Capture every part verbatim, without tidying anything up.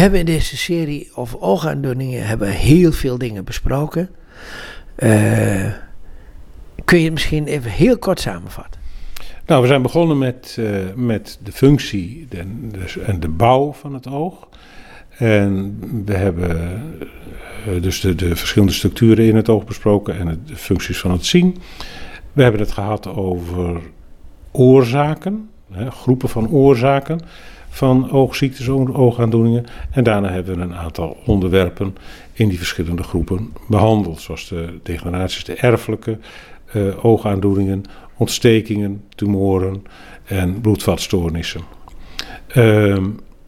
hebben in deze serie over oogaandoeningen hebben heel veel dingen besproken. Uh, kun je het misschien even heel kort samenvatten? Nou, we zijn begonnen met, uh, met de functie de, de, en de bouw van het oog. En we hebben uh, dus de, de verschillende structuren in het oog besproken en het, de functies van het zien. We hebben het gehad over oorzaken, hè, groepen van oorzaken van oogziektes, oogaandoeningen. En daarna hebben we een aantal onderwerpen in die verschillende groepen behandeld. Zoals de degeneraties, de erfelijke uh, oogaandoeningen, ontstekingen, tumoren en bloedvatstoornissen. Uh,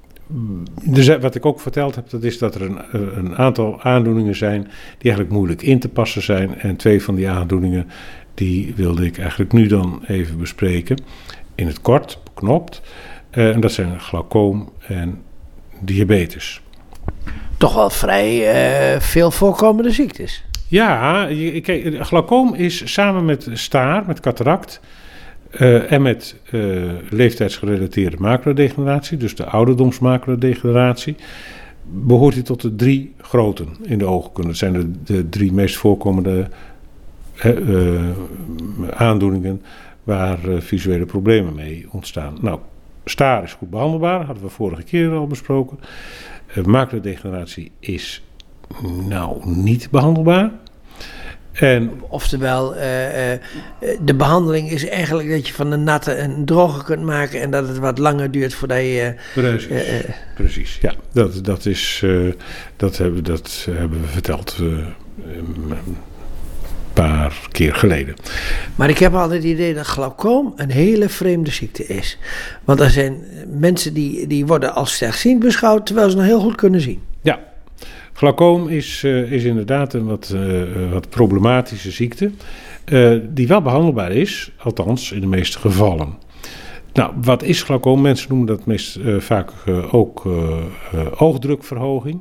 dus wat ik ook verteld heb, dat is dat er een, een aantal aandoeningen zijn die eigenlijk moeilijk in te passen zijn. En twee van die aandoeningen, die wilde ik eigenlijk nu dan even bespreken. In het kort, beknopt. Uh, en dat zijn glaucoom en diabetes. Toch wel vrij uh, veel voorkomende ziektes. Ja, je, kijk, glaucoom is samen met staar, met cataract uh, en met uh, leeftijdsgerelateerde maculadegeneratie, dus de ouderdomsmaculadegeneratie, behoort hij tot de drie groten in de oogkunde. Dat zijn de, de drie meest voorkomende uh, uh, aandoeningen waar uh, visuele problemen mee ontstaan. Nou, staar is goed behandelbaar, hadden we vorige keer al besproken. Uh, maculadegeneratie is nou niet behandelbaar. En, Oftewel, uh, uh, de behandeling is eigenlijk dat je van een natte een droge kunt maken en dat het wat langer duurt voordat je... Uh, precies, uh, uh, precies, ja. Dat, dat, is, uh, dat, hebben, dat hebben we verteld uh, een paar keer geleden. Maar ik heb altijd het idee dat glaucoom een hele vreemde ziekte is. Want er zijn mensen die, die worden als slechtziend beschouwd terwijl ze nog heel goed kunnen zien. Ja. Glaucoom is, uh, is inderdaad een wat, uh, wat problematische ziekte, uh, die wel behandelbaar is, althans in de meeste gevallen. Nou, wat is glaucoom? Mensen noemen dat meest uh, vaak uh, ook uh, uh, oogdrukverhoging.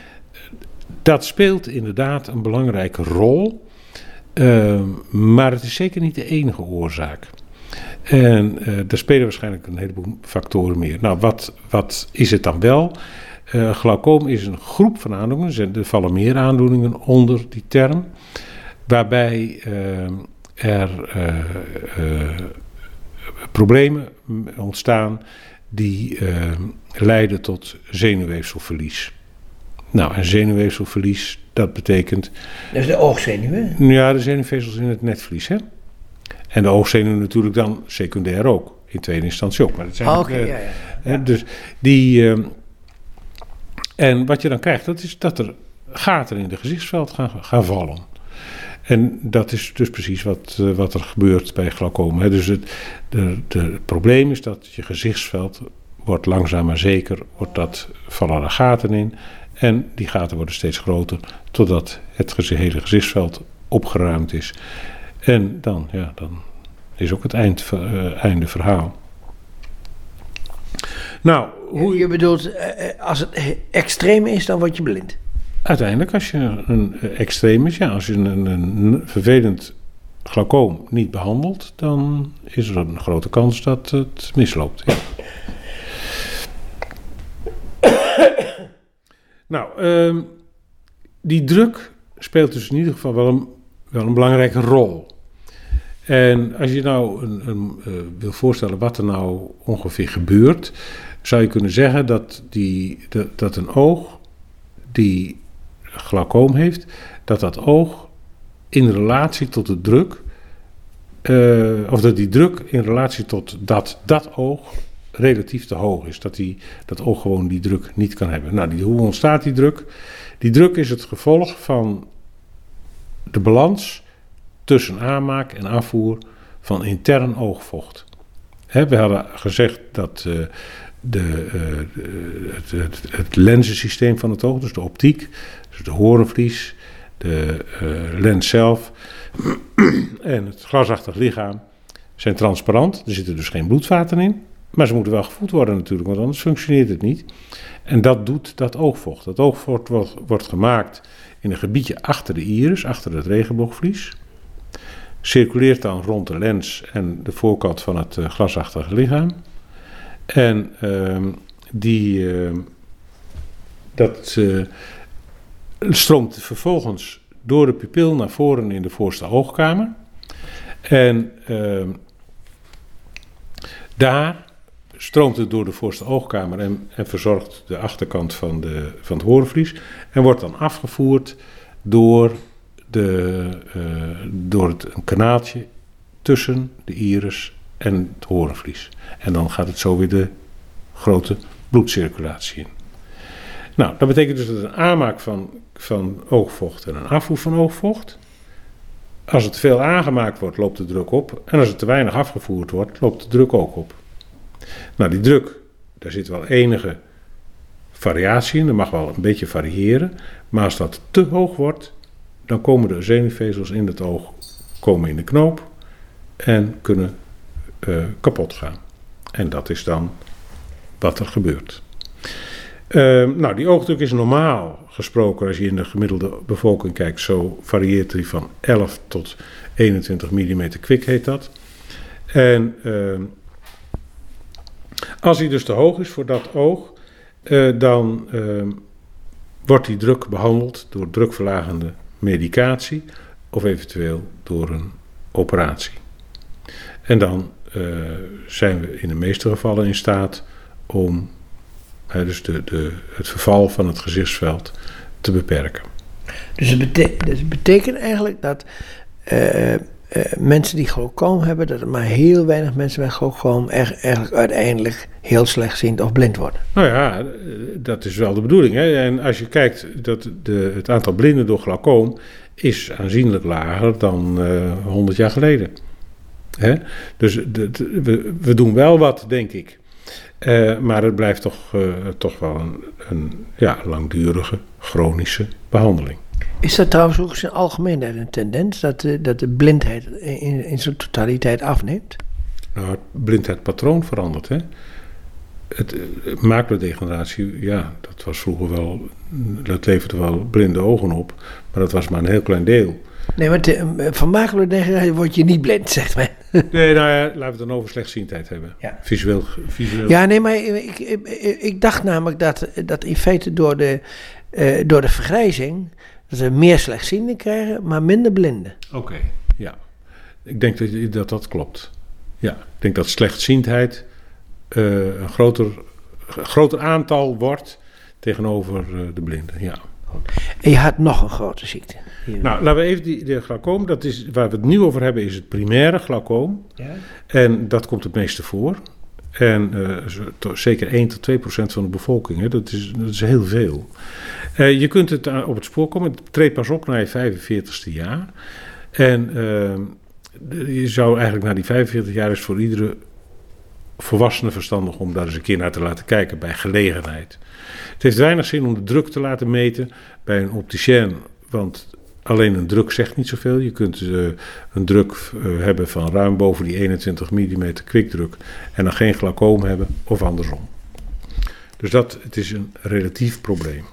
Dat speelt inderdaad een belangrijke rol, uh, maar het is zeker niet de enige oorzaak. En uh, daar spelen waarschijnlijk een heleboel factoren meer. Nou, wat, wat is het dan wel? Uh, glaucoom is een groep van aandoeningen, er vallen meer aandoeningen onder die term, waarbij uh, er uh, uh, problemen ontstaan die uh, leiden tot zenuwweefselverlies. Nou, en zenuwweefselverlies, dat betekent... Dat is de oogzenuwen? Ja, de zenuwvezels in het netvlies, hè. En de oogzenuwen natuurlijk dan secundair ook, in tweede instantie ook. Maar dat zijn oh, ook, okay, uh, ja, ja. ja. Dus die... Uh, En wat je dan krijgt, dat is dat er gaten in de gezichtsveld gaan, gaan vallen. En dat is dus precies wat, uh, wat er gebeurt bij glaucoom. Hè. Dus het, de, de, het probleem is dat je gezichtsveld wordt langzaam maar zeker, wordt dat, vallen er gaten in. En die gaten worden steeds groter, totdat het hele gezichtsveld opgeruimd is. En dan, ja, dan is ook het eind, uh, einde verhaal. Nou, hoe... Je bedoelt, als het extreem is, dan word je blind? Uiteindelijk, als je een extreem is, ja, als je een, een vervelend glaucoom niet behandelt, dan is er een grote kans dat het misloopt. Ja. Nou, um, die druk speelt dus in ieder geval wel een, wel een belangrijke rol. En als je nou een, een, uh, wil voorstellen wat er nou ongeveer gebeurt, zou je kunnen zeggen dat, die, de, dat een oog die glaucoom heeft, dat dat oog in relatie tot de druk, uh, of dat die druk in relatie tot dat, dat oog relatief te hoog is. Dat die, dat oog gewoon die druk niet kan hebben. Nou, die, hoe ontstaat die druk? Die druk is het gevolg van de balans tussen aanmaak en afvoer van intern oogvocht. He, we hadden gezegd dat uh, de, uh, het, het, het lenzensysteem van het oog, dus de optiek, dus de horenvlies, de uh, lens zelf en het glasachtig lichaam zijn transparant. Er zitten dus geen bloedvaten in, maar ze moeten wel gevoed worden natuurlijk, want anders functioneert het niet. En dat doet dat oogvocht. Dat oogvocht wordt, wordt gemaakt in een gebiedje achter de iris, achter het regenboogvlies. Circuleert dan rond de lens en de voorkant van het uh, glasachtige lichaam. En uh, die, uh, Dat uh, stroomt vervolgens door de pupil naar voren in de voorste oogkamer. En uh, daar stroomt het door de voorste oogkamer en, en verzorgt de achterkant van, de, van het horenvlies. En wordt dan afgevoerd door, de, uh, door het, een kanaaltje tussen de iris en het horenvlies. En dan gaat het zo weer de grote bloedcirculatie in. Nou, dat betekent dus dat een aanmaak van, van oogvocht en een afvoer van oogvocht. Als het veel aangemaakt wordt, loopt de druk op. En als het te weinig afgevoerd wordt, loopt de druk ook op. Nou, die druk, daar zit wel enige variatie in. Dat mag wel een beetje variëren. Maar als dat te hoog wordt, dan komen de zenuwvezels in het oog komen in de knoop en kunnen uh, kapot gaan. En dat is dan wat er gebeurt. Uh, nou, die oogdruk is normaal gesproken, als je in de gemiddelde bevolking kijkt, zo varieert die van elf tot eenentwintig millimeter kwik heet dat. En uh, als hij dus te hoog is voor dat oog, uh, dan uh, wordt die druk behandeld door drukverlagende medicatie of eventueel door een operatie. En dan uh, zijn we in de meeste gevallen in staat om uh, dus de, de, het verval van het gezichtsveld te beperken. Dus het, bete- dus het betekent eigenlijk dat uh, uh, mensen die glaucoom hebben, dat er maar heel weinig mensen met glaucoom er, eigenlijk uiteindelijk heel slechtziend of blind worden. Nou ja, dat is wel de bedoeling. Hè? En als je kijkt, dat de, het aantal blinden door glaucoom is aanzienlijk lager dan uh, honderd jaar geleden. Hè? Dus de, de, we, we doen wel wat, denk ik. Uh, maar het blijft toch, uh, toch wel een, een ja, langdurige, chronische behandeling. Is dat trouwens ook in algemeenheid een tendens, dat de, dat de blindheid in, in zijn totaliteit afneemt? Nou, het blindheidpatroon verandert, hè. Het, het maculodegeneratie, ja, dat was vroeger wel, dat leverde wel blinde ogen op, maar dat was maar een heel klein deel. Nee, maar te, van maculodegeneratie word je niet blind, zegt men. Nee, nou ja, laten we het dan over slechtziendheid hebben. Ja. Visueel, visueel. Ja, nee, maar ik, ik, ik dacht namelijk dat, dat in feite door de, uh, door de vergrijzing, dat we meer slechtzienden krijgen, maar minder blinden. Oké, okay, ja. Ik denk dat, dat dat klopt. Ja, ik denk dat slechtziendheid uh, een groter, groter aantal wordt tegenover uh, de blinden, ja. En je had nog een grote ziekte. Hier. Nou, laten we even die, de glaucoom, dat is, waar we het nu over hebben, is het primaire glaucoom. Ja. En dat komt het meeste voor. En uh, to, zeker één tot twee procent van de bevolking, hè, dat, is, dat is heel veel. Uh, je kunt het uh, op het spoor komen, het treedt pas op na je vijfenveertigste jaar. En uh, je zou eigenlijk na die vijfenveertig jaar is voor iedere volwassene verstandig om daar eens een keer naar te laten kijken bij gelegenheid. Het heeft weinig zin om de druk te laten meten bij een opticien, want alleen een druk zegt niet zoveel. Je kunt uh, een druk uh, hebben van ruim boven die eenentwintig millimeter kwikdruk en dan geen glaucoom hebben of andersom. Dus dat, het is een relatief probleem.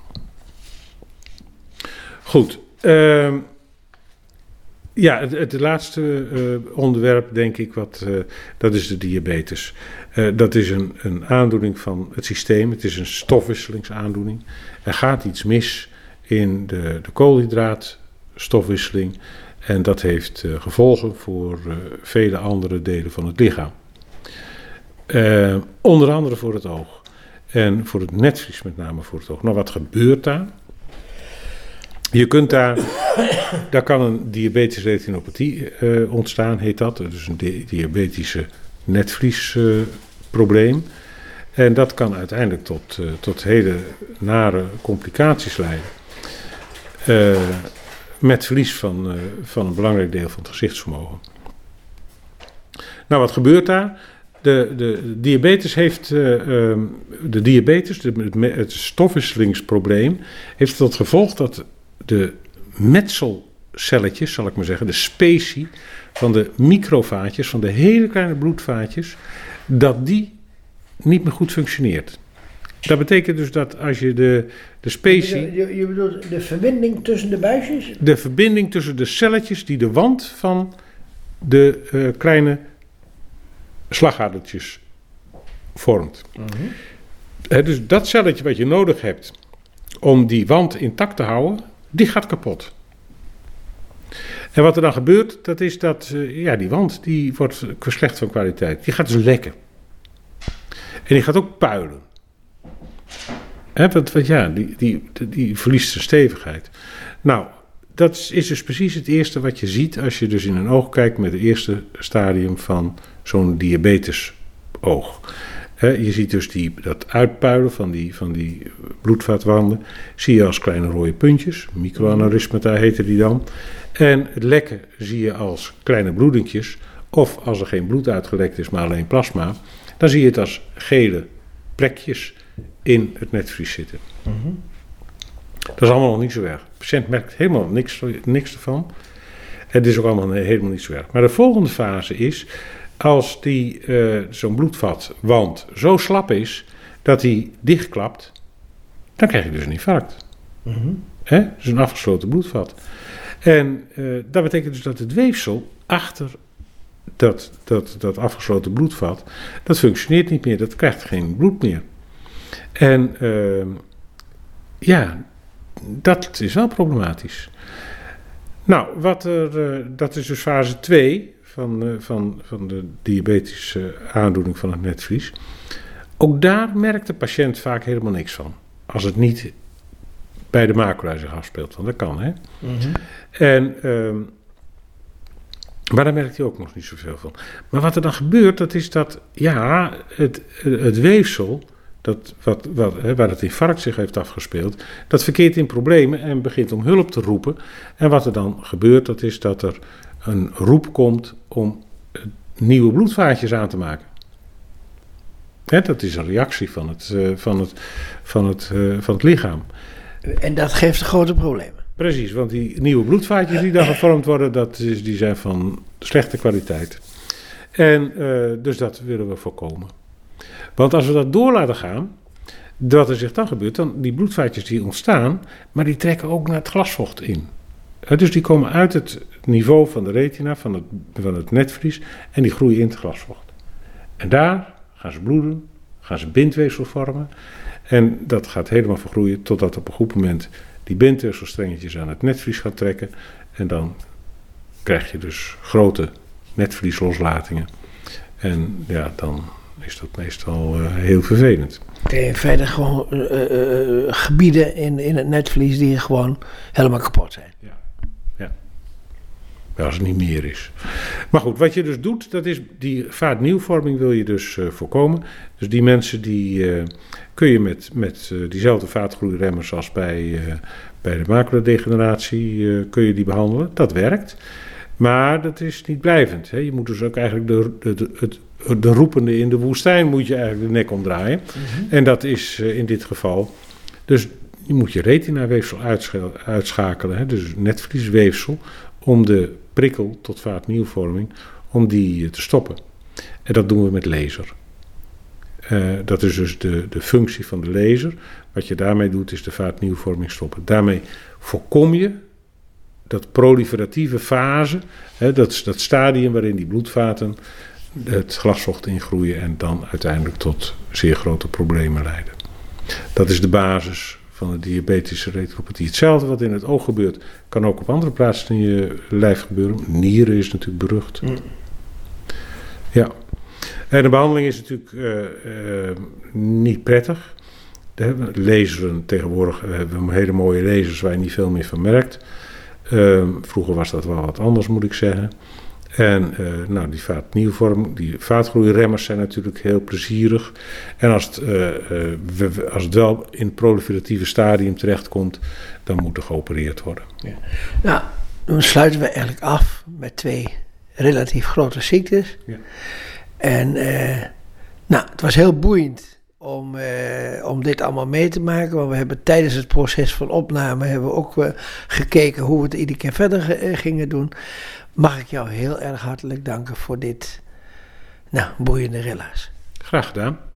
Goed. Uh, ja, het, het laatste uh, onderwerp, denk ik, wat, uh, dat is de diabetes. Uh, dat is een, een aandoening van het systeem. Het is een stofwisselingsaandoening. Er gaat iets mis in de, de koolhydraatstofwisseling. En dat heeft uh, gevolgen voor uh, vele andere delen van het lichaam. Uh, onder andere voor het oog. En voor het netvlies met name voor het oog. Nou, wat gebeurt daar? Je kunt daar, daar kan een diabetische retinopathie uh, ontstaan, heet dat. Dus een di- diabetische netvliesprobleem. Uh, en dat kan uiteindelijk tot, uh, tot hele nare complicaties leiden. Uh, met verlies van, uh, van een belangrijk deel van het gezichtsvermogen. Nou, wat gebeurt daar? De, de diabetes heeft, uh, um, de diabetes, de, het stofwisselingsprobleem, heeft tot gevolg dat de metselcelletjes, zal ik maar zeggen, de specie van de microvaatjes, van de hele kleine bloedvaatjes, dat die niet meer goed functioneert. Dat betekent dus dat als je de, de specie... Je, je bedoelt de verbinding tussen de buisjes? De verbinding tussen de celletjes die de wand van de uh, kleine slagadertjes vormt. Uh-huh. He, dus dat celletje wat je nodig hebt om die wand intact te houden, die gaat kapot. En wat er dan gebeurt, dat is dat uh, ja, die wand die wordt slecht van kwaliteit. Die gaat dus lekken. En die gaat ook puilen. Hè, want, want ja, die, die, die, die verliest zijn stevigheid. Nou, dat is, is dus precies het eerste wat je ziet als je dus in een oog kijkt met het eerste stadium van zo'n diabetesoog. He, je ziet dus die, dat uitpuilen van die, van die bloedvatwanden, zie je als kleine rode puntjes, microaneurysmata heten die dan. En het lekken zie je als kleine bloedingjes, of als er geen bloed uitgelekt is, maar alleen plasma, dan zie je het als gele plekjes in het netvlies zitten. Mm-hmm. Dat is allemaal nog niet zo erg. De patiënt merkt helemaal niks, niks ervan. Het is ook allemaal helemaal niet zo erg. Maar de volgende fase is, als die, uh, zo'n bloedvatwand zo slap is, dat die dichtklapt, dan krijg je dus een infarct. Mm-hmm. Hè? Dus een afgesloten bloedvat. En uh, dat betekent dus dat het weefsel achter dat, dat, dat afgesloten bloedvat, dat functioneert niet meer, dat krijgt geen bloed meer. En uh, ja, dat is wel problematisch. Nou, wat er, uh, dat is dus fase twee van, uh, van, van de diabetische aandoening van het netvlies. Ook daar merkt de patiënt vaak helemaal niks van, als het niet bij de macula zich afspeelt, want dat kan, hè. Mm-hmm. En, uh, maar daar merkt hij ook nog niet zoveel van. Maar wat er dan gebeurt, dat is dat, ja, het, het weefsel, dat, wat, wat, hè, waar het infarct zich heeft afgespeeld, dat verkeert in problemen en begint om hulp te roepen. En wat er dan gebeurt, dat is dat er een roep komt om nieuwe bloedvaatjes aan te maken. Hè, dat is een reactie van het, uh, van het, van het, uh, van het lichaam. En dat geeft grote problemen. Precies, want die nieuwe bloedvaatjes die dan gevormd worden, dat is, die zijn van slechte kwaliteit. En uh, dus dat willen we voorkomen. Want als we dat door laten gaan, wat er zich dan gebeurt, dan die bloedvaatjes die ontstaan, maar die trekken ook naar het glasvocht in. Uh, dus die komen uit het niveau van de retina, van het, van het netvlies, en die groeien in het glasvocht. En daar gaan ze bloeden, gaan ze bindweefsel vormen. En dat gaat helemaal vergroeien totdat op een goed moment die bindweefselstrengetjes aan het netvlies gaan trekken. En dan krijg je dus grote netvlieslooslatingen. En ja, dan is dat meestal uh, heel vervelend. Kun je verder gewoon uh, uh, gebieden in, in het netvlies die gewoon helemaal kapot zijn. Ja, ja. Ja, als het niet meer is. Maar goed, wat je dus doet, dat is die vaatnieuwvorming wil je dus uh, voorkomen. Dus die mensen die uh, kun je met, met uh, diezelfde vaatgroeiremmers als bij, uh, bij de maculadegeneratie uh, kun je die behandelen. Dat werkt. Maar dat is niet blijvend. Hè. Je moet dus ook eigenlijk de, de, de, het, de roepende in de woestijn moet je eigenlijk de nek omdraaien. Mm-hmm. En dat is uh, in dit geval. Dus je moet je retinaweefsel uitschakelen, hè, dus netvliesweefsel, om de prikkel tot vaatnieuwvorming, om die te stoppen. En dat doen we met laser. Uh, dat is dus de, de functie van de laser. Wat je daarmee doet, is de vaatnieuwvorming stoppen. Daarmee voorkom je dat proliferatieve fase, hè, dat, dat stadium waarin die bloedvaten het glasvocht ingroeien en dan uiteindelijk tot zeer grote problemen leiden. Dat is de basis van de diabetische retinopathie. Hetzelfde wat in het oog gebeurt, kan ook op andere plaatsen in je lijf gebeuren. Nieren is natuurlijk berucht. Mm. Ja. En de behandeling is natuurlijk uh, uh, niet prettig. De laseren tegenwoordig, we hebben hele mooie lasers waar je niet veel meer van merkt. Uh, vroeger was dat wel wat anders, moet ik zeggen. En uh, nou, die vaatnieuwvorming, die vaatgroeiremmers zijn natuurlijk heel plezierig. En als het, uh, uh, als het wel in het proliferatieve stadium terechtkomt, dan moet er geopereerd worden. Ja. Nou, dan sluiten we eigenlijk af met twee relatief grote ziektes. Ja. En uh, nou, het was heel boeiend om, uh, om dit allemaal mee te maken. Want we hebben tijdens het proces van opname hebben we ook uh, gekeken hoe we het iedere keer verder uh, gingen doen. Mag ik jou heel erg hartelijk danken voor dit nou, boeiende relaas. Graag gedaan.